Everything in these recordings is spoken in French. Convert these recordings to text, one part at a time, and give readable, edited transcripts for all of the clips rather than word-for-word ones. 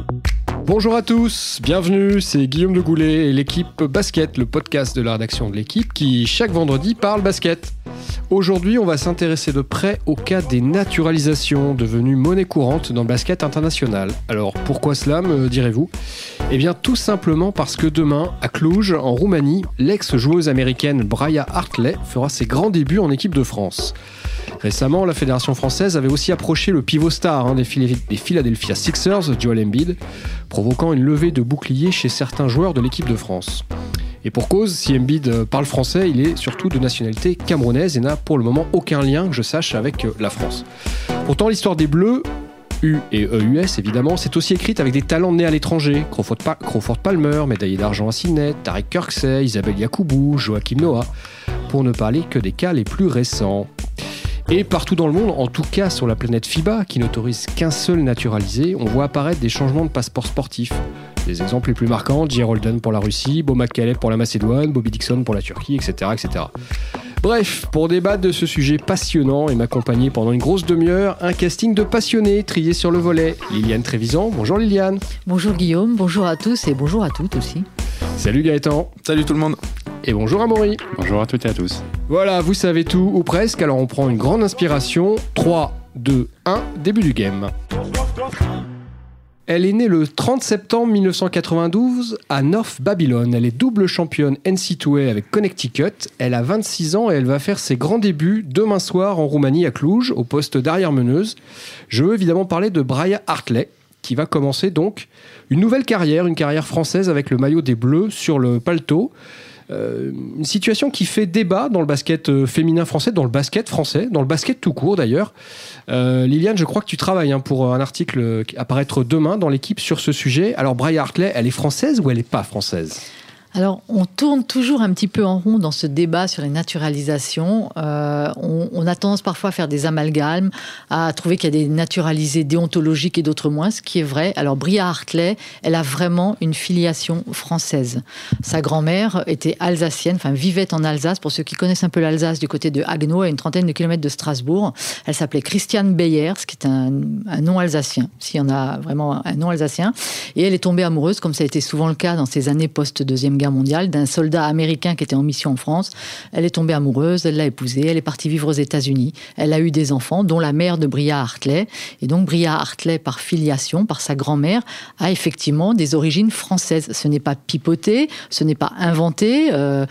Bonjour à tous, bienvenue, c'est Guillaume de Goulet et l'équipe Basket, le podcast de la rédaction de l'équipe qui, chaque vendredi, parle basket. Aujourd'hui, on va s'intéresser de près au cas des naturalisations devenues monnaie courante dans le basket international. Alors, pourquoi cela, me direz-vous ? Eh bien, tout simplement parce que demain, à Cluj, en Roumanie, l'ex-joueuse américaine Bria Hartley fera ses grands débuts en équipe de France. Récemment, la Fédération française avait aussi approché le pivot star des Philadelphia Sixers, Joel Embiid, provoquant une levée de boucliers chez certains joueurs de l'équipe de France. Et pour cause, si Embiid parle français, il est surtout de nationalité camerounaise et n'a pour le moment aucun lien, que je sache, avec la France. Pourtant, l'histoire des Bleus, U et EUS évidemment, c'est aussi écrite avec des talents nés à l'étranger. Crawford Palmer, médaillé d'argent à Sydney, Tarek Kirksey, Isabelle Yacoubou, Joachim Noah, pour ne parler que des cas les plus récents. Et partout dans le monde, en tout cas sur la planète FIBA, qui n'autorise qu'un seul naturalisé, on voit apparaître des changements de passeport sportifs. Les exemples les plus marquants, J.R. Holden pour la Russie, Beau McCaleb pour la Macédoine, Bobby Dixon pour la Turquie, etc., etc. Bref, pour débattre de ce sujet passionnant et m'accompagner pendant une grosse demi-heure, un casting de passionnés triés sur le volet. Liliane Trévisan, bonjour Liliane. Bonjour Guillaume, bonjour à tous et bonjour à toutes aussi. Salut Gaëtan. Salut tout le monde. Et bonjour Amaury. Bonjour à toutes et à tous. Voilà, vous savez tout, ou presque, alors on prend une grande inspiration. 3, 2, 1, début du game. Elle est née le 30 septembre 1992 à North Babylon. Elle est double championne NCAA avec Connecticut. Elle a 26 ans et elle va faire ses grands débuts demain soir en Roumanie à Cluj, au poste d'arrière-meneuse. Je veux évidemment parler de Bria Hartley, qui va commencer donc une nouvelle carrière, une carrière française avec le maillot des Bleus sur le paletot. Une situation qui fait débat dans le basket féminin français, dans le basket tout court d'ailleurs. Liliane, je crois que tu travailles pour un article qui apparaître demain dans l'équipe sur ce sujet. Alors Bria Hartley, elle est française ou elle n'est pas française ? Alors, on tourne toujours un petit peu en rond dans ce débat sur les naturalisations. On a tendance parfois à faire des amalgames, à trouver qu'il y a des naturalisés déontologiques et d'autres moins, ce qui est vrai. Alors, Bria Hartley, elle a vraiment une filiation française. Sa grand-mère était alsacienne, vivait en Alsace. Pour ceux qui connaissent un peu l'Alsace, du côté de Haguenau, à une trentaine de kilomètres de Strasbourg. Elle s'appelait Christiane Beyers, ce qui est un nom alsacien, s'il y en a vraiment un nom alsacien. Et elle est tombée amoureuse, comme ça a été souvent le cas dans ces années post-Deuxième Guerre mondiale, d'un soldat américain qui était en mission en France. Elle est tombée amoureuse, elle l'a épousé, elle est partie vivre aux États-Unis. Elle a eu des enfants, dont la mère de Bria Hartley. Et donc Bria Hartley, par filiation, par sa grand-mère, a effectivement des origines françaises. Ce n'est pas pipoté, ce n'est pas inventé.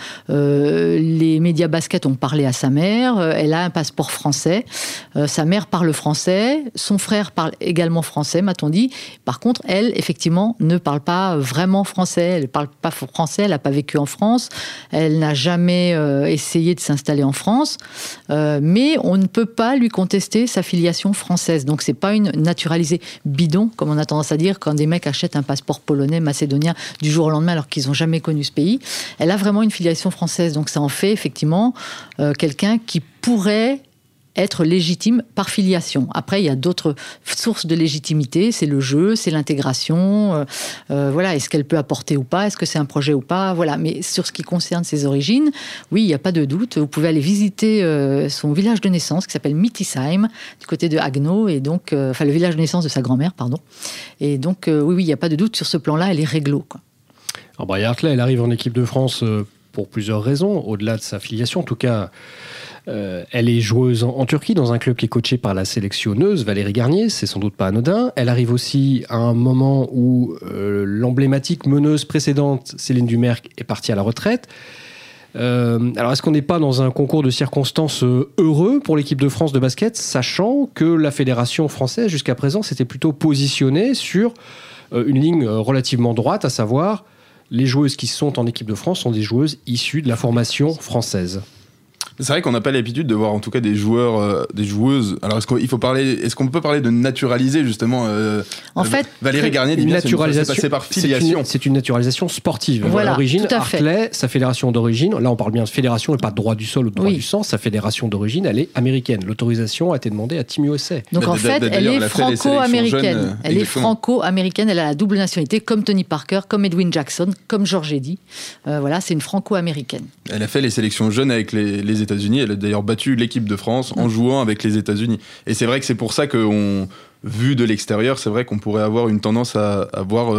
Les médias basket ont parlé à sa mère. Elle a un passeport français. Sa mère parle français. Son frère parle également français, m'a-t-on dit. Par contre, elle, effectivement, ne parle pas vraiment français. Elle ne parle pas français. Elle n'a pas vécu en France, elle n'a jamais essayé de s'installer en France, mais on ne peut pas lui contester sa filiation française. Donc c'est pas une naturalisée bidon, comme on a tendance à dire quand des mecs achètent un passeport polonais, macédonien du jour au lendemain alors qu'ils n'ont jamais connu ce pays. Elle a vraiment une filiation française, donc ça en fait effectivement quelqu'un qui pourrait être légitime par filiation. Après, il y a d'autres sources de légitimité, c'est le jeu, c'est l'intégration, est-ce qu'elle peut apporter ou pas, est-ce que c'est un projet ou pas, voilà. Mais sur ce qui concerne ses origines, oui, il n'y a pas de doute, vous pouvez aller visiter son village de naissance qui s'appelle Mittisheim, du côté de Haguenau, et donc, le village de naissance de sa grand-mère, pardon. Et donc, oui, il n'y a pas de doute, sur ce plan-là, elle est réglo, quoi. Alors, Bria Hartley, elle arrive en équipe de France pour plusieurs raisons, au-delà de sa filiation, en tout cas. Elle est joueuse en Turquie dans un club qui est coaché par la sélectionneuse Valérie Garnier, c'est sans doute pas anodin. Elle arrive aussi à un moment où l'emblématique meneuse précédente, Céline Dumerc, est partie à la retraite. Alors est-ce qu'on n'est pas dans un concours de circonstances heureux pour l'équipe de France de basket, sachant que la fédération française jusqu'à présent s'était plutôt positionnée sur une ligne relativement droite, à savoir les joueuses qui sont en équipe de France sont des joueuses issues de la formation française. C'est vrai qu'on n'a pas l'habitude de voir en tout cas des joueurs, des joueuses. Alors est-ce qu'on peut parler de naturaliser justement En fait, Valérie Garnier dit bien c'est passé par filiation. C'est une naturalisation sportive. Voilà, l'origine, tout à fait. Hartley, sa fédération d'origine, là on parle bien de fédération et pas de droit du sol ou de droit du sang, sa fédération d'origine, elle est américaine. L'autorisation a été demandée à Team USA. Donc en fait, elle est franco-américaine. Elle est franco-américaine, elle a la double nationalité, comme Tony Parker, comme Edwin Jackson, comme George Eddy. Voilà, c'est une franco-américaine. Elle a fait les sélections jeunes avec les États-Unis. Elle a d'ailleurs battu l'équipe de France en jouant avec les États-Unis. Et c'est vrai que c'est pour ça que vu de l'extérieur, c'est vrai qu'on pourrait avoir une tendance à voir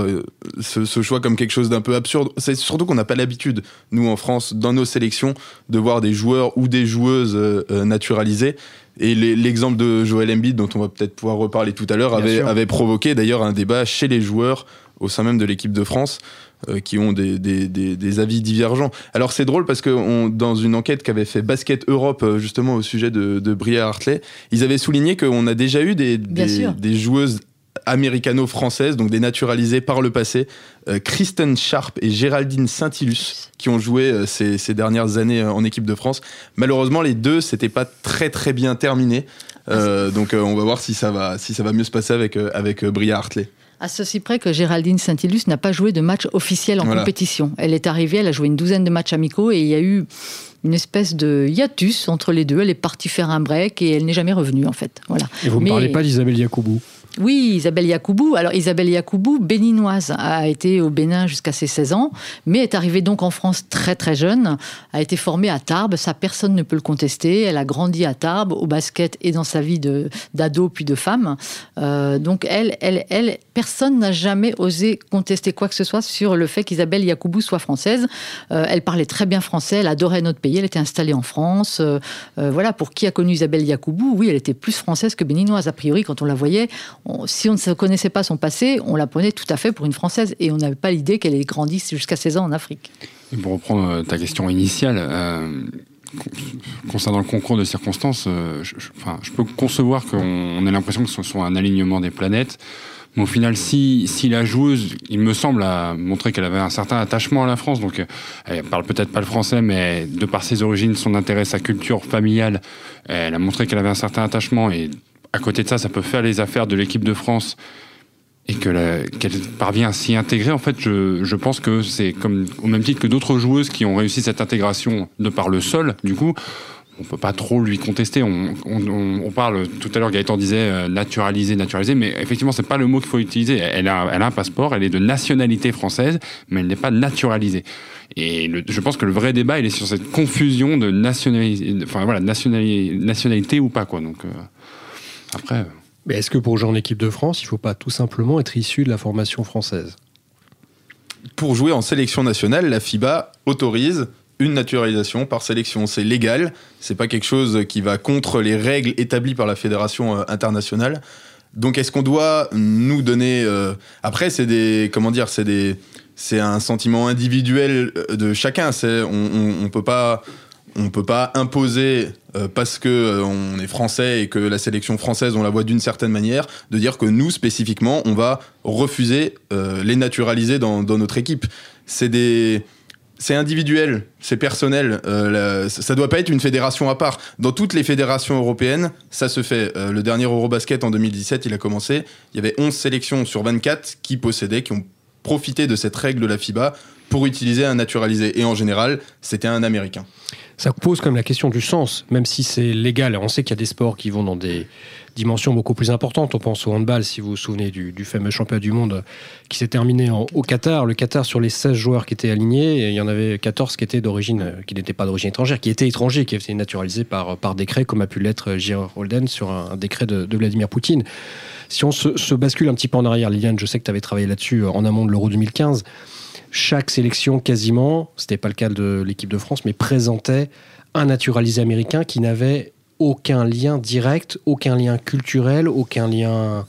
ce choix comme quelque chose d'un peu absurde. C'est surtout qu'on n'a pas l'habitude, nous en France, dans nos sélections, de voir des joueurs ou des joueuses naturalisés. Et l'exemple de Joel Embiid, dont on va peut-être pouvoir reparler tout à l'heure, avait provoqué d'ailleurs un débat chez les joueurs au sein même de l'équipe de France, qui ont des avis divergents. Alors c'est drôle parce que dans une enquête qu'avait fait Basket Europe justement au sujet de Bria Hartley, ils avaient souligné qu'on a déjà eu des joueuses américano-françaises, donc des naturalisées par le passé, Kristen Sharp et Géraldine Saint-Hilus, qui ont joué ces dernières années en équipe de France. Malheureusement, les deux, c'était pas très très bien terminé. Donc on va voir si ça va mieux se passer avec Bria Hartley. À ceci près que Géraldine Saint-Hilus n'a pas joué de match officiel en compétition. Elle est arrivée, elle a joué une douzaine de matchs amicaux et il y a eu une espèce de hiatus entre les deux. Elle est partie faire un break et elle n'est jamais revenue en fait. Voilà. Et vous ne parlez pas d'Isabelle Yacoubou? Oui, Isabelle Yacoubou. Alors Isabelle Yacoubou, béninoise, a été au Bénin jusqu'à ses 16 ans, mais est arrivée donc en France très très jeune, a été formée à Tarbes, ça personne ne peut le contester, elle a grandi à Tarbes, au basket et dans sa vie d'ado puis de femme. Donc elle, personne n'a jamais osé contester quoi que ce soit sur le fait qu'Isabelle Yacoubou soit française. Elle parlait très bien français, elle adorait notre pays, elle était installée en France. Voilà, pour qui a connu Isabelle Yacoubou, oui, elle était plus française que béninoise. A priori, quand on la voyait, si on ne connaissait pas son passé, on la prenait tout à fait pour une Française et on n'avait pas l'idée qu'elle ait grandi jusqu'à 16 ans en Afrique. Et pour reprendre ta question initiale, concernant le concours de circonstances, je peux concevoir qu'on ait l'impression que ce soit un alignement des planètes, mais au final, si la joueuse, il me semble, a montré qu'elle avait un certain attachement à la France, donc elle parle peut-être pas le français, mais de par ses origines, son intérêt, sa culture familiale, elle a montré qu'elle avait un certain attachement et à côté de ça, ça peut faire les affaires de l'équipe de France et qu'elle parvient à s'y intégrer. En fait, je pense que c'est comme au même titre que d'autres joueuses qui ont réussi cette intégration de par le sol. Du coup, on peut pas trop lui contester. On parle, tout à l'heure, Gaëtan disait naturaliser, mais effectivement, c'est pas le mot qu'il faut utiliser. Elle a un passeport, elle est de nationalité française, mais elle n'est pas naturalisée. Et je pense que le vrai débat, il est sur cette confusion de nationalité ou pas, quoi. Donc, après... Mais est-ce que pour jouer en équipe de France, il ne faut pas tout simplement être issu de la formation française? Pour jouer en sélection nationale, la FIBA autorise une naturalisation par sélection. C'est légal, c'est pas quelque chose qui va contre les règles établies par la fédération internationale. Donc est-ce qu'on doit nous donner... Après, c'est un sentiment individuel de chacun. On peut pas imposer parce que on est français et que la sélection française on la voit d'une certaine manière, de dire que nous spécifiquement on va refuser les naturaliser dans notre équipe. C'est individuel, c'est personnel. Ça doit pas être une fédération à part. Dans toutes les fédérations européennes, ça se fait. Le dernier Eurobasket en 2017, il a commencé. Il y avait 11 sélections sur 24 qui ont profité de cette règle de la FIBA pour utiliser un naturalisé. Et en général, c'était un Américain. Ça pose comme la question du sens, même si c'est légal. On sait qu'il y a des sports qui vont dans des dimensions beaucoup plus importantes. On pense au handball, si vous vous souvenez du fameux championnat du monde qui s'est terminé au Qatar. Le Qatar, sur les 16 joueurs qui étaient alignés, il y en avait 14 qui étaient qui n'étaient pas d'origine étrangère, qui étaient étrangers, qui étaient naturalisés par décret, comme a pu l'être J.R. Holden sur un décret de Vladimir Poutine. Si on se bascule un petit peu en arrière, Liliane, je sais que tu avais travaillé là-dessus en amont de l'Euro 2015, chaque sélection quasiment, c'était pas le cas de l'équipe de France, mais présentait un naturalisé américain qui n'avait aucun lien direct, aucun lien culturel, aucun lien,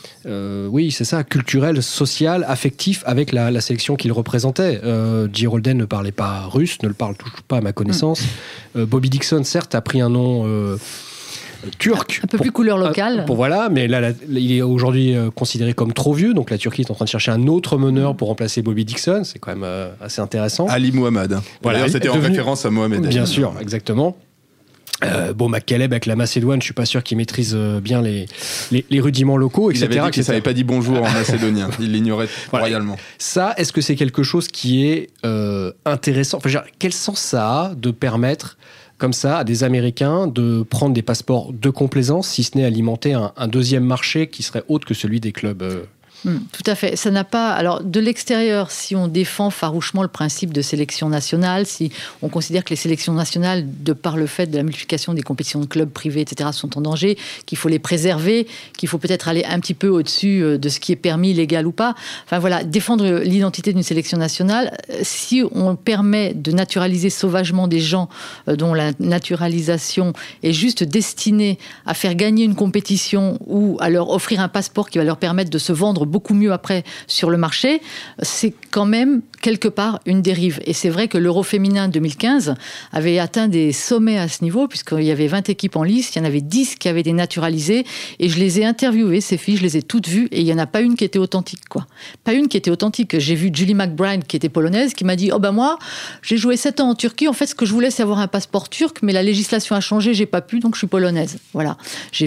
culturel, social, affectif avec la sélection qu'il représentait. J. Holden ne parlait pas russe, ne le parle toujours pas à ma connaissance. Bobby Dixon, certes, a pris un nom... turc. Un peu plus couleur locale. Mais là, il est aujourd'hui considéré comme trop vieux, donc la Turquie est en train de chercher un autre meneur pour remplacer Bobby Dixon, c'est quand même assez intéressant. Ali Mohamed. Voilà, c'était en référence à Mohamed. Bien sûr, exactement. McCaleb avec la Macédoine, je suis pas sûr qu'il maîtrise bien les rudiments locaux, etc. Il avait dit qu'il savait pas dire bonjour en macédonien, il l'ignorait royalement. Ça, est-ce que c'est quelque chose qui est intéressant? Quel sens ça a de permettre comme ça à des Américains de prendre des passeports de complaisance, si ce n'est alimenter un deuxième marché qui serait autre que celui des clubs Tout à fait. Ça n'a pas. Alors, de l'extérieur, si on défend farouchement le principe de sélection nationale, si on considère que les sélections nationales, de par le fait de la multiplication des compétitions de clubs privés, etc., sont en danger, qu'il faut les préserver, qu'il faut peut-être aller un petit peu au-dessus de ce qui est permis, légal ou pas. Enfin voilà, défendre l'identité d'une sélection nationale, si on permet de naturaliser sauvagement des gens dont la naturalisation est juste destinée à faire gagner une compétition ou à leur offrir un passeport qui va leur permettre de se vendre beaucoup mieux après sur le marché, c'est quand même quelque part une dérive. Et c'est vrai que l'Euro féminin 2015 avait atteint des sommets à ce niveau, puisqu'il y avait 20 équipes en lice, il y en avait 10 qui avaient été naturalisées, et je les ai interviewées, ces filles, je les ai toutes vues, et il n'y en a pas une qui était authentique, quoi. Pas une qui était authentique. J'ai vu Julie McBride, qui était polonaise, qui m'a dit « Oh ben moi, j'ai joué 7 ans en Turquie, en fait, ce que je voulais, c'est avoir un passeport turc, mais la législation a changé, j'ai pas pu, donc je suis polonaise. » Voilà. J'ai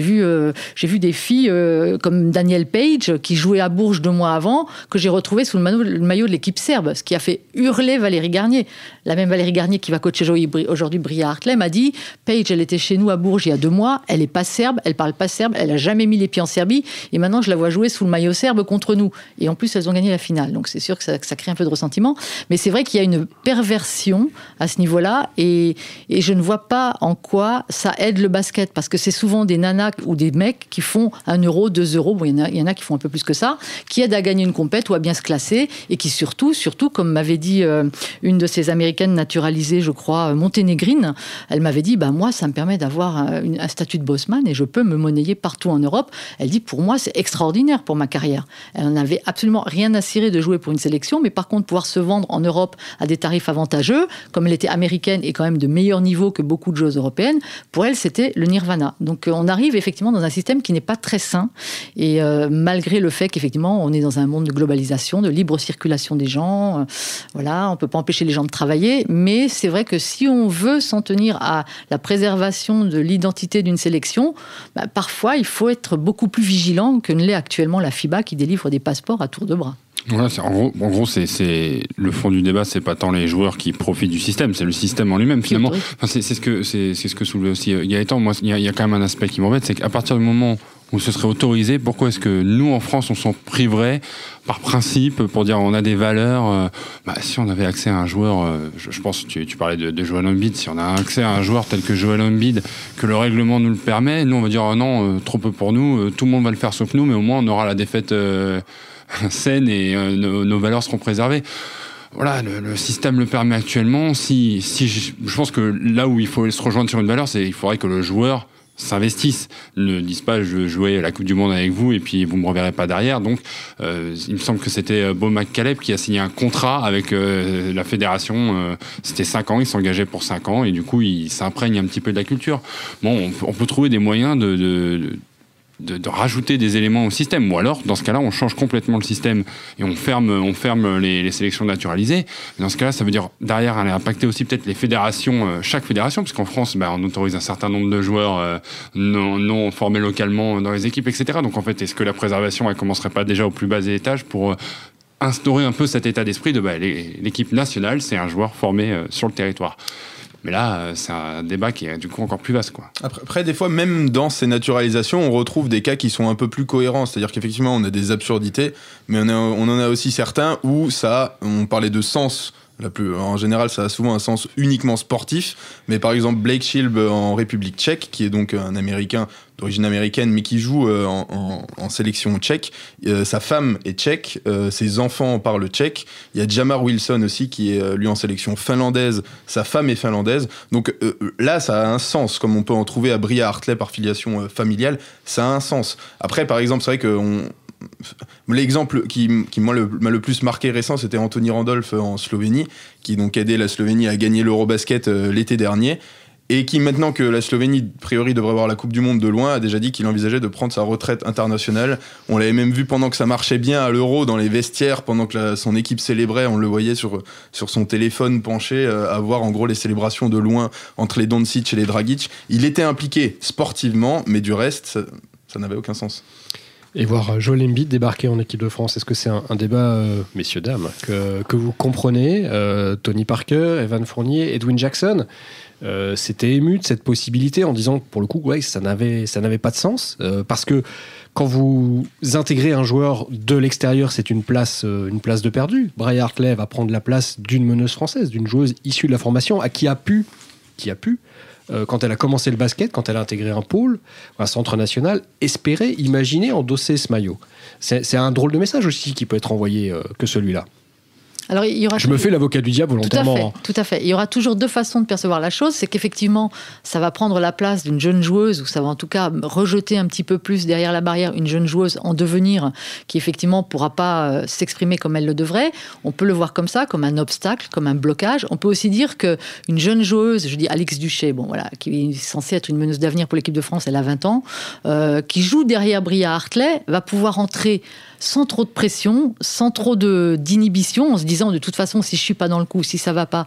vu des filles comme Danielle Page, qui jouait à Bourges 2 mois avant, que j'ai retrouvée sous le maillot de l'équipe serbe, ce qui a fait hurler Valérie Garnier. La même Valérie Garnier qui va coacher aujourd'hui Bria Hartley m'a dit « Page, elle était chez nous à Bourges il y a 2 mois, elle n'est pas serbe, elle parle pas serbe, elle n'a jamais mis les pieds en Serbie, et maintenant je la vois jouer sous le maillot serbe contre nous. » Et en plus, elles ont gagné la finale. Donc c'est sûr que ça crée un peu de ressentiment. Mais c'est vrai qu'il y a une perversion à ce niveau-là, et je ne vois pas en quoi ça aide le basket, parce que c'est souvent des nanas ou des mecs qui font 1 euro, 2 euros, bon, il y en a qui font un peu plus que ça, qui aident à gagner une compète ou à bien se classer, et qui surtout, comme m'avait dit une de ces Américaines naturalisées, je crois, monténégrine, elle m'avait dit, moi, ça me permet d'avoir un statut de bossman et je peux me monnayer partout en Europe. Elle dit, pour moi, c'est extraordinaire pour ma carrière. Elle n'avait absolument rien à cirer de jouer pour une sélection, mais par contre, pouvoir se vendre en Europe à des tarifs avantageux, comme elle était américaine et quand même de meilleur niveau que beaucoup de joueuses européennes, pour elle, c'était le nirvana. Donc, on arrive effectivement dans un système qui n'est pas très sain, et malgré le fait qu'effectivement, on est dans un monde de globalisation, de libre circulation des gens, voilà, on ne peut pas empêcher les gens de travailler, mais c'est vrai que si on veut s'en tenir à la préservation de l'identité d'une sélection, parfois, il faut être beaucoup plus vigilant que ne l'est actuellement la FIBA qui délivre des passeports à tour de bras. Voilà, en gros, c'est le fond du débat, c'est pas tant les joueurs qui profitent du système, c'est le système en lui-même finalement. Enfin, c'est ce que soulevait aussi Gaëtan. Moi, il y a quand même un aspect qui m'embête, c'est qu'à partir du moment où ce serait autorisé, pourquoi est-ce que nous en France on s'en priverait par principe pour dire on a des valeurs si on avait accès à un joueur, je pense tu parlais de Joel Embiid, si on a accès à un joueur tel que Joel Embiid, que le règlement nous le permet, nous on va dire non, trop peu pour nous, tout le monde va le faire sauf nous, mais au moins on aura la défaite saine et nos valeurs seront préservées. Voilà, le système le permet actuellement. Si je pense que là où il faut se rejoindre sur une valeur, c'est il faudrait que le joueur s'investissent, ne disent pas je veux jouer à la Coupe du Monde avec vous et puis vous me reverrez pas derrière. Donc il me semble que c'était Bo McCaleb qui a signé un contrat avec la fédération, c'était 5 ans, il s'engageait pour 5 ans et du coup il s'imprègne un petit peu de la culture. Bon, on peut trouver des moyens de rajouter des éléments au système, ou alors dans ce cas-là on change complètement le système et on ferme les sélections naturalisées. Mais dans ce cas-là ça veut dire derrière aller impacter aussi peut-être les fédérations, chaque fédération, parce qu'en France on autorise un certain nombre de joueurs non formés localement dans les équipes, etc. Donc en fait est-ce que la préservation elle commencerait pas déjà au plus bas étage pour instaurer un peu cet état d'esprit de l'équipe nationale c'est un joueur formé sur le territoire. Mais là, c'est un débat qui est du coup encore plus vaste, quoi. Après, des fois, même dans ces naturalisations, on retrouve des cas qui sont un peu plus cohérents. C'est-à-dire qu'effectivement, on a des absurdités, mais on en a aussi certains où on parlait de sens. En général, ça a souvent un sens uniquement sportif. Mais par exemple, Blake Shelb en République tchèque, qui est donc un Américain d'origine américaine, mais qui joue en sélection tchèque. Sa femme est tchèque, ses enfants parlent tchèque. Il y a Jamar Wilson aussi, qui est lui en sélection finlandaise. Sa femme est finlandaise. Donc là, ça a un sens, comme on peut en trouver à Bria Hartley par filiation familiale. Ça a un sens. Après, par exemple, c'est vrai que l'exemple qui m'a le plus marqué récent, c'était Anthony Randolph en Slovénie, qui donc aidé la Slovénie à gagner l'Eurobasket l'été dernier, et qui, maintenant que la Slovénie, a priori, devrait voir la Coupe du Monde de loin, a déjà dit qu'il envisageait de prendre sa retraite internationale. On l'avait même vu pendant que ça marchait bien à l'Euro, dans les vestiaires, pendant que son équipe célébrait, on le voyait sur son téléphone penché, à voir en gros les célébrations de loin entre les Doncic et les Dragic. Il était impliqué sportivement, mais du reste, ça n'avait aucun sens. Et voir Joel Embiid débarquer en équipe de France, est-ce que c'est un débat, messieurs, dames, que vous comprenez? Tony Parker, Evan Fournier, Edwin Jackson s'étaient émus de cette possibilité en disant que pour le coup, ouais, ça n'avait pas de sens. Parce que quand vous intégrez un joueur de l'extérieur, c'est une place de perdu. Bria Hartley va prendre la place d'une meneuse française, d'une joueuse issue de la formation, qui a pu, quand elle a commencé le basket, quand elle a intégré un pôle, un centre national, espérer, imaginer endosser ce maillot. C'est un drôle de message aussi qui peut être envoyé que celui-là. Alors, je me fais l'avocat du diable volontairement. Tout à fait. Il y aura toujours deux façons de percevoir la chose. C'est qu'effectivement, ça va prendre la place d'une jeune joueuse, ou ça va en tout cas rejeter un petit peu plus derrière la barrière une jeune joueuse en devenir, qui effectivement ne pourra pas s'exprimer comme elle le devrait. On peut le voir comme ça, comme un obstacle, comme un blocage. On peut aussi dire qu'une jeune joueuse, je dis Alix Duché, qui est censée être une meneuse d'avenir pour l'équipe de France, elle a 20 ans, qui joue derrière Bria Hartley, va pouvoir entrer sans trop de pression, sans trop d'inhibition, en se disant de toute façon, si je suis pas dans le coup, si ça va pas,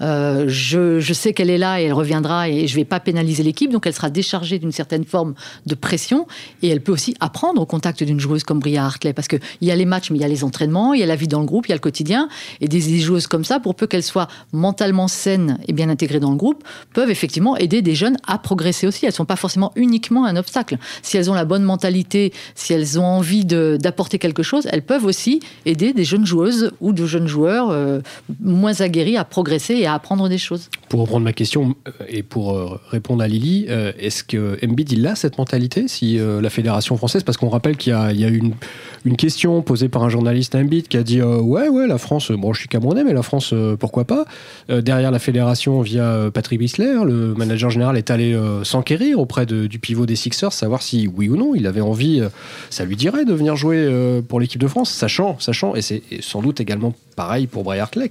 je sais qu'elle est là et elle reviendra et je vais pas pénaliser l'équipe, donc elle sera déchargée d'une certaine forme de pression et elle peut aussi apprendre au contact d'une joueuse comme Bria Hartley, parce qu'il y a les matchs, mais il y a les entraînements, il y a la vie dans le groupe, il y a le quotidien, et des joueuses comme ça, pour peu qu'elles soient mentalement saines et bien intégrées dans le groupe, peuvent effectivement aider des jeunes à progresser aussi. Elles sont pas forcément uniquement un obstacle. Si elles ont la bonne mentalité, si elles ont envie d'apporter quelque chose, elles peuvent aussi aider des jeunes joueuses ou de jeunes joueurs moins aguerris à progresser et à apprendre des choses. Pour reprendre ma question et pour répondre à Lily, est-ce que Embiid il a cette mentalité, si la fédération française, parce qu'on rappelle qu'il y a eu une question posée par un journaliste à Embiid qui a dit ouais la France, bon je suis Camerounais mais la France pourquoi pas, derrière la fédération via Patrick Wissler, le manager général est allé s'enquérir auprès du pivot des Sixers, savoir si oui ou non il avait envie, ça lui dirait de venir jouer pour l'équipe de France, sachant, et c'est sans doute également pareil pour Bria Hartley,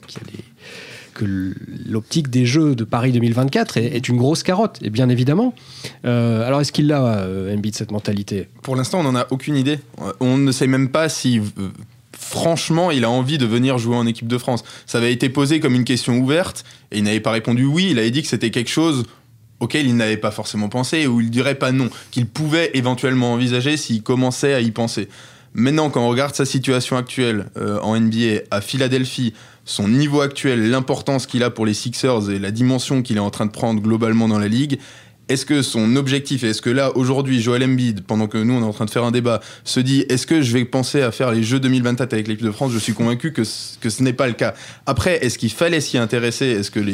que l'optique des Jeux de Paris 2024 est une grosse carotte, et bien évidemment. Alors est-ce qu'il a, Embiid, cette mentalité? Pour l'instant, on n'en a aucune idée. On ne sait même pas si... franchement, il a envie de venir jouer en équipe de France. Ça avait été posé comme une question ouverte, et il n'avait pas répondu oui, il avait dit que c'était quelque chose auquel il n'avait pas forcément pensé, ou il dirait pas non, qu'il pouvait éventuellement envisager s'il commençait à y penser. Maintenant, quand on regarde sa situation actuelle en NBA à Philadelphie, son niveau actuel, l'importance qu'il a pour les Sixers et la dimension qu'il est en train de prendre globalement dans la ligue, est-ce que son objectif, est-ce que là, aujourd'hui, Joel Embiid, pendant que nous, on est en train de faire un débat, se dit, est-ce que je vais penser à faire les Jeux 2024 avec l'équipe de France? Je suis convaincu que ce n'est pas le cas. Après, est-ce qu'il fallait s'y intéresser? Est-ce que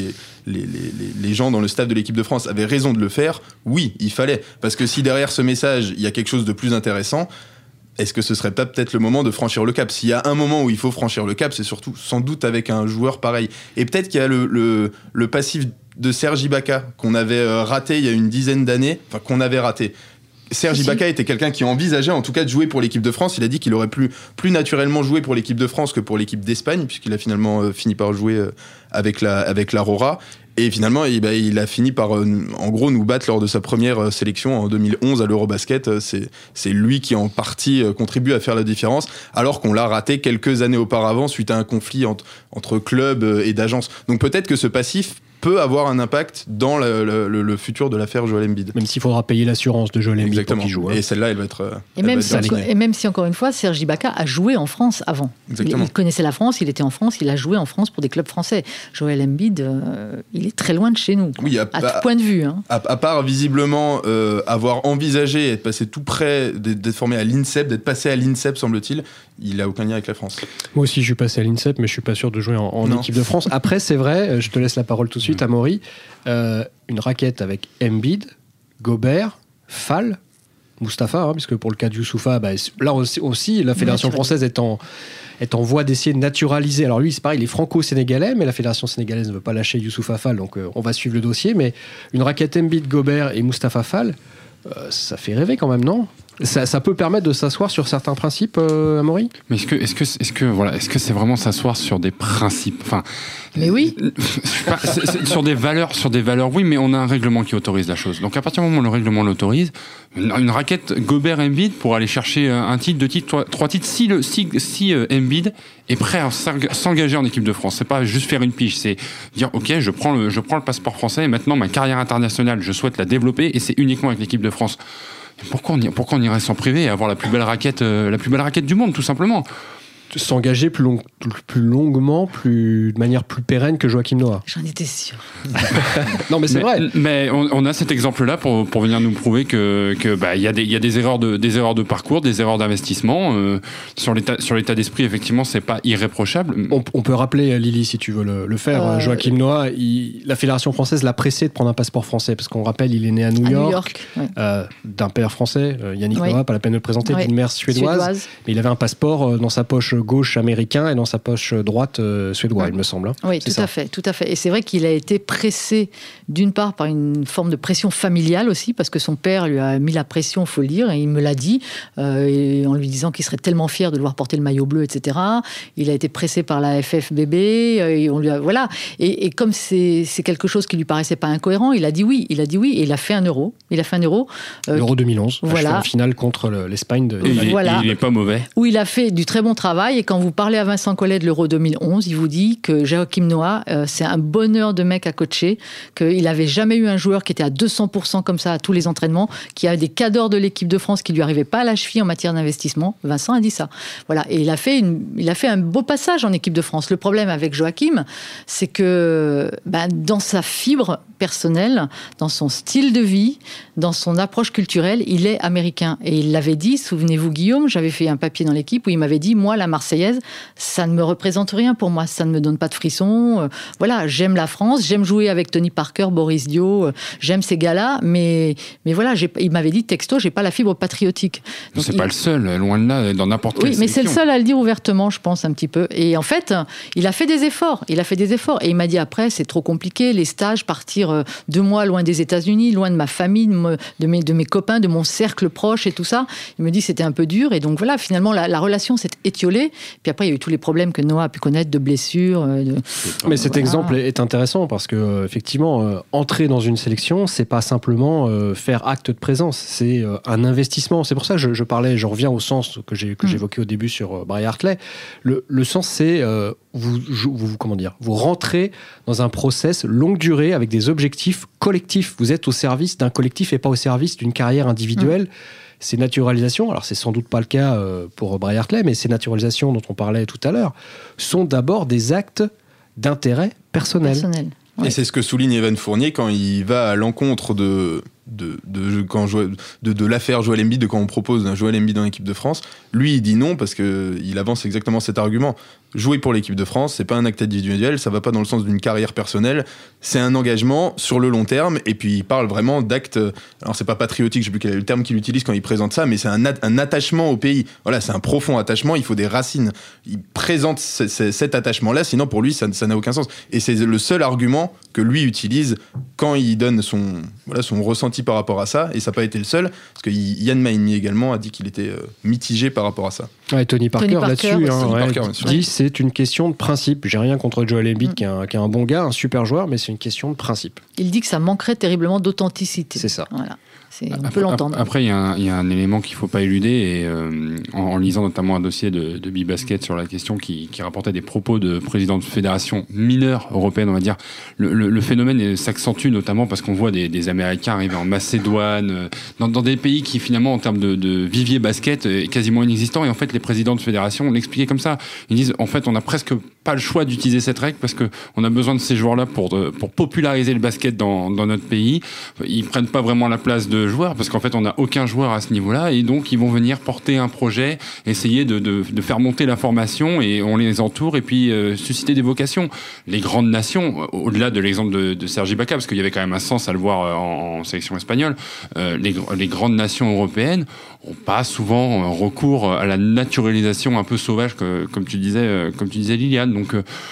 les gens dans le staff de l'équipe de France avaient raison de le faire? Oui, il fallait. Parce que si derrière ce message, il y a quelque chose de plus intéressant, est-ce que ce serait pas peut-être le moment de franchir le cap? S'il y a un moment où il faut franchir le cap, c'est surtout sans doute avec un joueur pareil. Et peut-être qu'il y a le passif de Serge Ibaka qu'on avait raté il y a une dizaine d'années, enfin qu'on avait raté. Serge Ibaka était quelqu'un qui envisageait en tout cas de jouer pour l'équipe de France. Il a dit qu'il aurait plus naturellement joué pour l'équipe de France que pour l'équipe d'Espagne, puisqu'il a finalement fini par jouer avec l'Aurora. Et finalement, il a fini par, en gros, nous battre lors de sa première sélection en 2011 à l'Eurobasket. C'est lui qui, en partie, contribue à faire la différence, alors qu'on l'a raté quelques années auparavant suite à un conflit entre clubs et d'agences. Donc peut-être que ce passif peut avoir un impact dans le futur de l'affaire Joel Embiid. Même s'il faudra payer l'assurance de Joel Embiid pour qu'il joue. Et celle-là, elle va être... Et même si, encore une fois, Serge Ibaka a joué en France avant. Il connaissait la France, il était en France, il a joué en France pour des clubs français. Joel Embiid, il est très loin de chez nous, oui, à tout point de vue. Hein. À part, visiblement, avoir envisagé être passé tout près d'être formé à l'INSEP, d'être passé à l'INSEP, semble-t-il, il n'a aucun lien avec la France. Moi aussi, je suis passé à l'INSEP, mais je ne suis pas sûr de jouer en équipe de France. Après, c'est vrai, je te laisse la parole tout de suite, Amaury, une raquette avec Embiid, Gobert, Fall, Mustapha, puisque pour le cas de Youssoupha, là aussi la Fédération française est en voie d'essayer de naturaliser. Alors lui, c'est pareil, il est franco-sénégalais, mais la Fédération sénégalaise ne veut pas lâcher Youssoupha Fall, donc on va suivre le dossier. Mais une raquette Embiid, Gobert et Mustapha Fall, ça fait rêver quand même, non ? Ça peut permettre de s'asseoir sur certains principes, Amaury ? Mais est-ce que c'est vraiment s'asseoir sur des principes ? Enfin, mais oui. Sur des valeurs, oui, mais on a un règlement qui autorise la chose. Donc à partir du moment où le règlement l'autorise, une raquette Gobert Embiid pour aller chercher un titre, deux titres, trois titres, si Embiid est prêt à s'engager en équipe de France, c'est pas juste faire une pige, c'est dire ok, je prends le passeport français et maintenant ma carrière internationale, je souhaite la développer et c'est uniquement avec l'équipe de France. Pourquoi on irait s'en priver et avoir la plus belle raquette du monde, tout simplement? S'engager plus longuement, de manière plus pérenne que Joachim Noah. J'en étais sûr. Non, mais c'est vrai. Mais on a cet exemple-là pour venir nous prouver que il y a des erreurs de parcours, des erreurs d'investissement. Sur l'état d'esprit, effectivement, c'est pas irréprochable. On peut rappeler, Lily, si tu veux le faire. Joachim Noah, la Fédération française l'a pressé de prendre un passeport français, parce qu'on rappelle, il est né à New York ouais. D'un père français, Yannick Noah, pas la peine de le présenter, d'une mère suédoise. Mais il avait un passeport dans sa poche gauche américain et dans sa poche droite suédois, il me semble. Oui, tout à fait. Et c'est vrai qu'il a été pressé, d'une part, par une forme de pression familiale aussi, parce que son père lui a mis la pression, il faut le dire, et il me l'a dit, en lui disant qu'il serait tellement fier de devoir porter le maillot bleu, etc. Il a été pressé par la FFBB, et on lui a, voilà. Et comme c'est quelque chose qui lui paraissait pas incohérent, il a dit oui, et il a fait un euro. L'Euro 2011, voilà. En finale contre l'Espagne. Il n'est pas mauvais. Où il a fait du très bon travail. Et quand vous parlez à Vincent Collet de l'Euro 2011, il vous dit que Joachim Noah, c'est un bonheur de mec à coacher, qu'il n'avait jamais eu un joueur qui était à 200% comme ça à tous les entraînements, qui avait des cadors de l'équipe de France qui lui arrivaient pas à la cheville en matière d'investissement. Vincent a dit ça. Voilà. Et il a fait un beau passage en équipe de France. Le problème avec Joachim, c'est que dans sa fibre personnelle, dans son style de vie, dans son approche culturelle, il est américain. Et il l'avait dit, souvenez-vous Guillaume, j'avais fait un papier dans l'équipe où il m'avait dit, moi la Marseillaise, ça ne me représente rien pour moi, ça ne me donne pas de frissons. Voilà, j'aime la France, j'aime jouer avec Tony Parker, Boris Dio, j'aime ces gars-là, mais voilà, il m'avait dit texto, j'ai pas la fibre patriotique. Donc, c'est pas le seul, loin de là, dans n'importe quelle sélection. Oui, mais c'est le seul à le dire ouvertement, je pense, un petit peu. Et en fait, il a fait des efforts. Et il m'a dit après, c'est trop compliqué, les stages, partir 2 mois loin des États-Unis, loin de ma famille, de mes copains, de mon cercle proche et tout ça. Il me dit c'était un peu dur. Et donc voilà, finalement, la relation s'est étiolée. Puis après, il y a eu tous les problèmes que Noah a pu connaître de blessures. Mais cet exemple est intéressant parce que effectivement, entrer dans une sélection, c'est pas simplement faire acte de présence, c'est un investissement. C'est pour ça que je reviens au sens que j'évoquais au début sur Bray Hartley. Le sens, c'est vous rentrez dans un process longue durée avec des objectifs collectifs. Vous êtes au service d'un collectif et pas au service d'une carrière individuelle. Ces naturalisations, alors c'est sans doute pas le cas pour Bray Hartley, mais ces naturalisations dont on parlait tout à l'heure sont d'abord des actes d'intérêt personnel. Et c'est ce que souligne Evan Fournier quand il va à l'encontre de l'affaire Joel Embiid, de quand on propose un Joel Embiid dans l'équipe de France. Lui, il dit non parce qu'il avance exactement cet argument. Jouer pour l'équipe de France, c'est pas un acte individuel, ça va pas dans le sens d'une carrière personnelle, c'est un engagement sur le long terme. Et puis il parle vraiment d'actes, alors c'est pas patriotique, je sais plus quel est le terme qu'il utilise quand il présente ça, mais c'est un attachement au pays. Voilà, c'est un profond attachement, il faut des racines. Il présente cet attachement-là, sinon pour lui ça n'a aucun sens. Et c'est le seul argument que lui utilise quand il donne son ressenti par rapport à ça, et ça n'a pas été le seul, parce que Yann Maïmi également a dit qu'il était mitigé par rapport à ça. Ouais, Tony Parker là-dessus dit c'est une question de principe. J'ai rien contre Joel Embiid qui est un bon gars, un super joueur, mais c'est une question de principe. Il dit que ça manquerait terriblement d'authenticité. C'est ça. Voilà. On peut l'entendre. Après, il y a un élément qu'il ne faut pas éluder, et en lisant notamment un dossier de B-Basket sur la question qui rapportait des propos de présidents de fédérations mineures européennes, on va dire, le phénomène s'accentue notamment parce qu'on voit des Américains arriver en Macédoine, dans des pays qui finalement, en termes de vivier basket, est quasiment inexistant. Et en fait, les présidents de fédération l'expliquaient comme ça. Ils disent, en fait, on n'a presque pas le choix d'utiliser cette règle parce qu'on a besoin de ces joueurs-là pour populariser le basket dans notre pays. Ils ne prennent pas vraiment la place de joueurs parce qu'en fait on n'a aucun joueur à ce niveau-là, et donc ils vont venir porter un projet, essayer de faire monter la formation, et on les entoure, et puis susciter des vocations. Les grandes nations, au-delà de l'exemple de Serge Ibaka, parce qu'il y avait quand même un sens à le voir en sélection espagnole, les grandes nations européennes ont pas souvent recours à la naturalisation un peu sauvage comme tu disais Liliane. Donc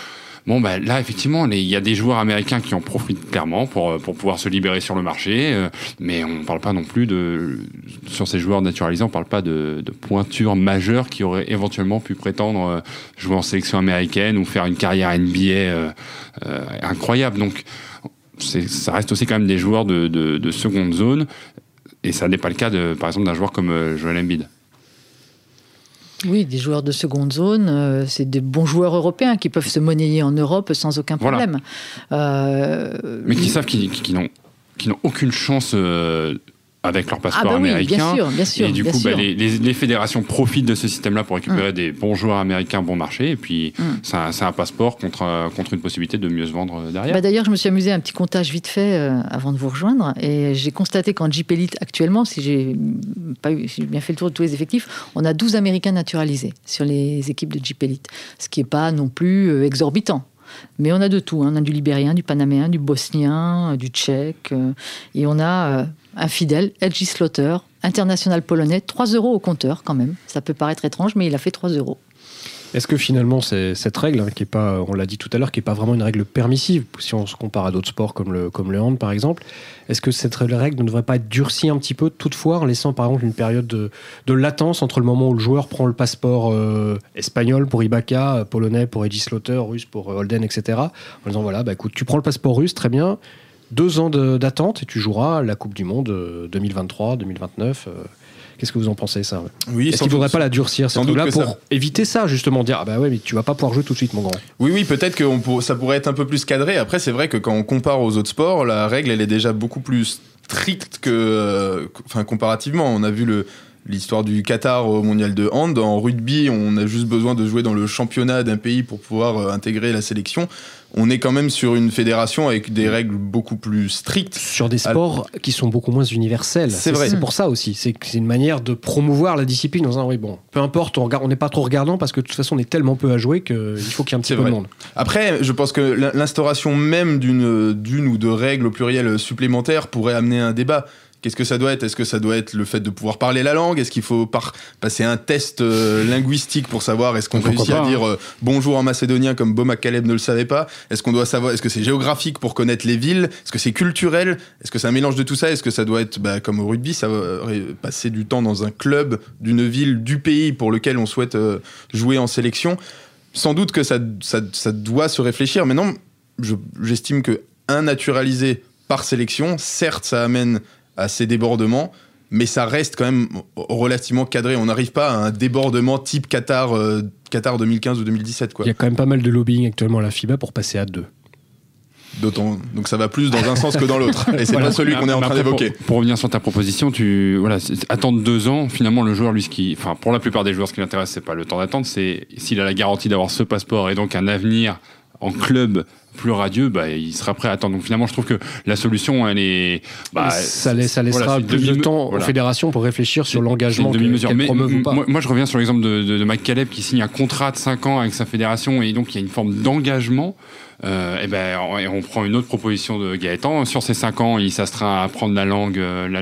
là, effectivement, il y a des joueurs américains qui en profitent clairement pour pouvoir se libérer sur le marché, mais on ne parle pas non plus sur ces joueurs naturalisés, on ne parle pas de pointures majeures qui auraient éventuellement pu prétendre jouer en sélection américaine ou faire une carrière NBA incroyable. Donc, ça reste aussi quand même des joueurs de seconde zone, et ça n'est pas le cas, par exemple, d'un joueur comme Joel Embiid. Oui, des joueurs de seconde zone, c'est des bons joueurs européens qui peuvent se monnayer en Europe sans aucun problème. Voilà. Mais qui savent qu'ils n'ont aucune chance avec leur passeport américain. Bien sûr, et du coup, les fédérations profitent de ce système-là pour récupérer des bons joueurs américains bon marché. Et puis, c'est un passeport contre une possibilité de mieux se vendre derrière. D'ailleurs, je me suis amusé à un petit comptage vite fait avant de vous rejoindre. Et j'ai constaté qu'en Jeep Elite, actuellement, si j'ai bien fait le tour de tous les effectifs, on a 12 Américains naturalisés sur les équipes de Jeep Elite. Ce qui n'est pas non plus exorbitant. Mais on a de tout. On a du Libérien, du Panaméen, du Bosnien, du Tchèque. Et on a un fidèle, Edgy Slaughter, international polonais, 3 € au compteur quand même. Ça peut paraître étrange, mais il a fait 3 €. Est-ce que finalement, c'est cette règle, qui est pas, on l'a dit tout à l'heure, qui n'est pas vraiment une règle permissive, si on se compare à d'autres sports comme le hand par exemple, est-ce que cette règle ne devrait pas être durcie un petit peu toutefois, en laissant par exemple une période de latence entre le moment où le joueur prend le passeport espagnol pour Ibaka, polonais pour Edgy Slaughter, russe pour Holden, etc. En disant voilà, écoute, tu prends le passeport russe, très bien, 2 ans d'attente et tu joueras la Coupe du Monde 2023, 2029. Qu'est-ce que vous en pensez, ça? Oui, est-ce qu'il ne faudrait pas la durcir, cette truc-là, pour éviter ça, justement, dire ouais, mais tu vas pas pouvoir jouer tout de suite, mon grand? Oui, peut-être que ça pourrait être un peu plus cadré. Après, c'est vrai que quand on compare aux autres sports, la règle, elle est déjà beaucoup plus stricte comparativement. On a vu l'histoire du Qatar au mondial de hand. En rugby, on a juste besoin de jouer dans le championnat d'un pays pour pouvoir intégrer la sélection. On est quand même sur une fédération avec des règles beaucoup plus strictes. Sur des sports qui sont beaucoup moins universels. C'est vrai. C'est pour ça aussi. C'est une manière de promouvoir la discipline dans un peu importe, on n'est pas trop regardant parce que de toute façon on est tellement peu à jouer qu'il faut qu'il y ait un petit peu de monde. Après, je pense que l'instauration même d'une ou de règles au pluriel supplémentaires pourrait amener un débat. Qu'est-ce que ça doit être? Est-ce que ça doit être le fait de pouvoir parler la langue? Est-ce qu'il faut passer un test linguistique pour savoir est-ce qu'on réussit à dire bonjour en macédonien comme Bo McCaleb ne le savait pas? Est-ce qu'on doit savoir, est-ce que c'est géographique pour connaître les villes? Est-ce que c'est culturel? Est-ce que c'est un mélange de tout ça? Est-ce que ça doit être comme au rugby, ça va passer du temps dans un club d'une ville du pays pour lequel on souhaite jouer en sélection? Sans doute que ça doit se réfléchir. Mais non, j'estime que un naturalisé par sélection, certes, ça amène à ces débordements, mais ça reste quand même relativement cadré. On n'arrive pas à un débordement type Qatar 2015 ou 2017. Quoi. Il y a quand même pas mal de lobbying actuellement à la FIBA pour passer à 2. Donc ça va plus dans un sens que dans l'autre. Et c'est pas celui qu'on est en train d'évoquer. Pour revenir sur ta proposition, attendre 2 ans, finalement le joueur, pour la plupart des joueurs, ce qui l'intéresse, c'est pas le temps d'attente, c'est s'il a la garantie d'avoir ce passeport et donc un avenir en club plus radieux, il sera prêt à attendre. Donc finalement, je trouve que la solution, elle est... ça laissera plus de temps aux fédérations pour réfléchir sur l'engagement qu'elles promeuvent ou pas. Moi, je reviens sur l'exemple de McCaleb qui signe un contrat de 5 ans avec sa fédération et donc il y a une forme d'engagement. On prend une autre proposition de Gaëtan. Sur ces 5 ans, il s'astreint à apprendre la langue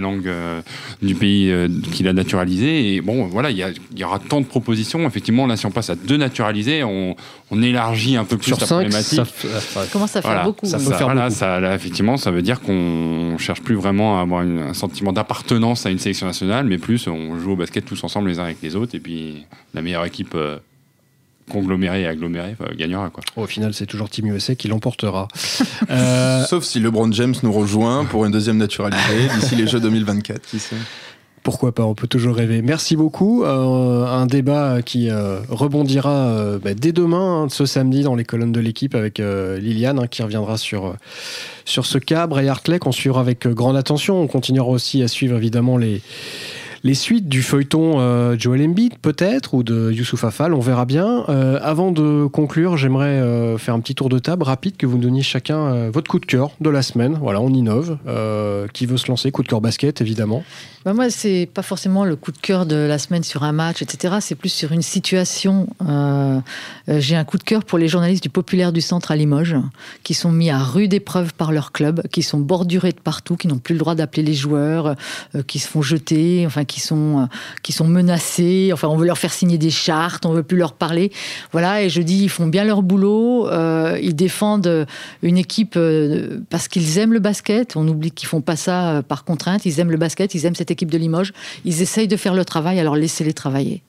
du pays qu'il a naturalisé. Et il y aura tant de propositions. Effectivement, là, si on passe à 2 naturalisés, on élargit un peu plus la problématique. Ça commence à faire beaucoup. Ça peut faire beaucoup. Là, effectivement, ça veut dire qu'on cherche plus vraiment à avoir un sentiment d'appartenance à une sélection nationale, mais plus on joue au basket tous ensemble les uns avec les autres. Et puis, la meilleure équipe... congloméré et aggloméré gagnera quoi. Au final, c'est toujours Team USA qui l'emportera. Sauf si LeBron James nous rejoint pour une deuxième naturalisée d'ici les Jeux 2024, qui sait. Pourquoi pas, on peut toujours rêver. Merci beaucoup. Un débat qui rebondira dès demain, ce samedi, dans les colonnes de l'équipe avec Liliane, qui reviendra sur ce cas. Bray Hartley, qu'on suivra avec grande attention. On continuera aussi à suivre évidemment les suites du feuilleton Joel Embiid peut-être, ou de Youssouf Afal, on verra bien. Avant de conclure, j'aimerais faire un petit tour de table rapide, que vous me donniez chacun votre coup de cœur de la semaine. Voilà, on innove. Qui veut se lancer? Coup de cœur basket, évidemment. Moi, c'est pas forcément le coup de cœur de la semaine sur un match, etc. C'est plus sur une situation. J'ai un coup de cœur pour les journalistes du Populaire du Centre à Limoges, qui sont mis à rude épreuve par leur club, qui sont bordurés de partout, qui n'ont plus le droit d'appeler les joueurs, qui se font jeter, qui sont menacés. On veut leur faire signer des chartes, on veut plus leur parler. Voilà, et je dis, ils font bien leur boulot. Ils défendent une équipe parce qu'ils aiment le basket. On oublie qu'ils font pas ça par contrainte. Ils aiment le basket, ils aiment cette équipe de Limoges. Ils essayent de faire le travail, alors laissez-les travailler.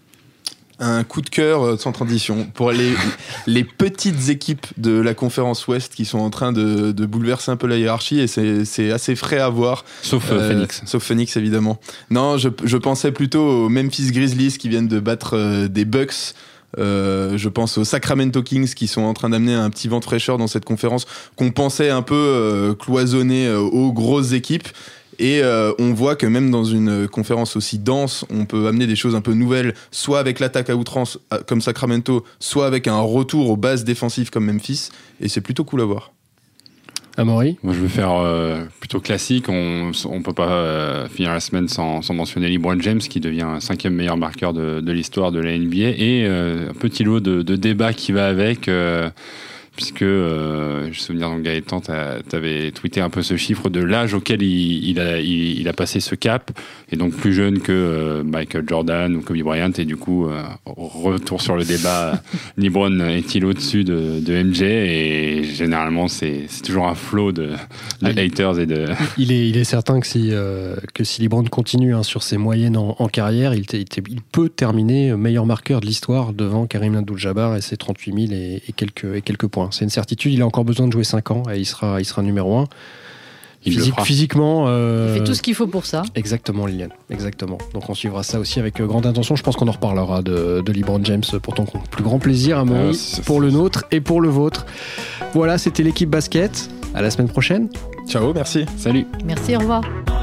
Un coup de cœur sans transition pour les petites équipes de la conférence Ouest qui sont en train de bouleverser un peu la hiérarchie, et c'est assez frais à voir. Sauf Phoenix. Sauf Phoenix, évidemment. Non, je pensais plutôt aux Memphis Grizzlies qui viennent de battre des Bucks. Je pense aux Sacramento Kings qui sont en train d'amener un petit vent de fraîcheur dans cette conférence qu'on pensait un peu cloisonnée aux grosses équipes. Et on voit que même dans une conférence aussi dense, on peut amener des choses un peu nouvelles, soit avec l'attaque à outrance comme Sacramento, soit avec un retour aux bases défensives comme Memphis. Et c'est plutôt cool à voir. Amaury ? Moi, je veux faire plutôt classique. On peut pas finir la semaine sans mentionner LeBron James, qui devient 5e meilleur marqueur de l'histoire de la NBA. Et un petit lot de débat qui va avec... puisque, je me souviens, donc, Gaëtan, t'avais tweeté un peu ce chiffre de l'âge auquel il a passé ce cap, et donc plus jeune que Michael Jordan ou Kobe Bryant, et du coup, retour sur le débat, LeBron est-il au-dessus de MJ, et généralement, c'est toujours un flot de haters et de... Il est certain que si LeBron continue sur ses moyennes en carrière, il peut terminer meilleur marqueur de l'histoire devant Kareem Abdul-Jabbar et ses 38 000 et quelques points. C'est une certitude, il a encore besoin de jouer 5 ans et il sera numéro 1. Physiquement... il fait tout ce qu'il faut pour ça. Exactement, Liliane. Exactement. Donc on suivra ça aussi avec grande attention. Je pense qu'on en reparlera de LeBron James pour ton plus grand plaisir, Amaury, pour le nôtre et pour le vôtre. Voilà, c'était l'équipe basket. À la semaine prochaine. Ciao, merci. Salut. Merci, au revoir.